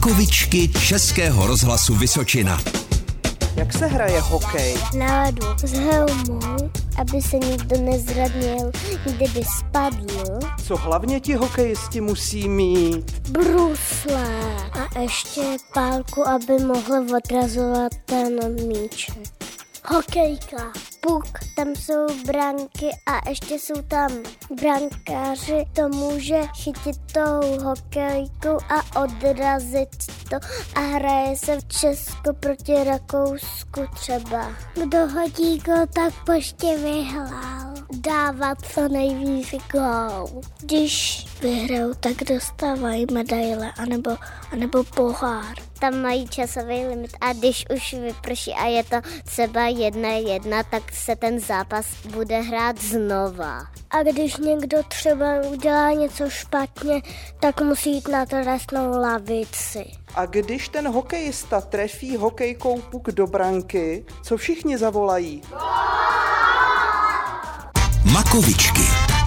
Makovičky Českého rozhlasu Vysočina. Jak se hraje hokej? Na ledu s helmou, aby se nikdo nezranil, kdyby spadl. Co hlavně ti hokejisti musí mít? Brusle a ještě pálku, aby mohl odrazovat ten míč. Hokejka, puk, tam jsou branky a ještě jsou tam brankáři, to může chytit tou hokejkou a odrazit to a hraje se v Česku proti Rakousku třeba. Kdo hodí gól, tak prostě vyhrál. Dávat co nejvíc gól. Když vyhrajou, tak dostávají medaile anebo pohár. Tam mají časový limit a když už vyprší a je to třeba 1-1, tak se ten zápas bude hrát znova. A když někdo třeba udělá něco špatně, tak musí jít na trestnou lavici. A když ten hokejista trefí hokejkou puk do branky, co všichni zavolají? Makovičky.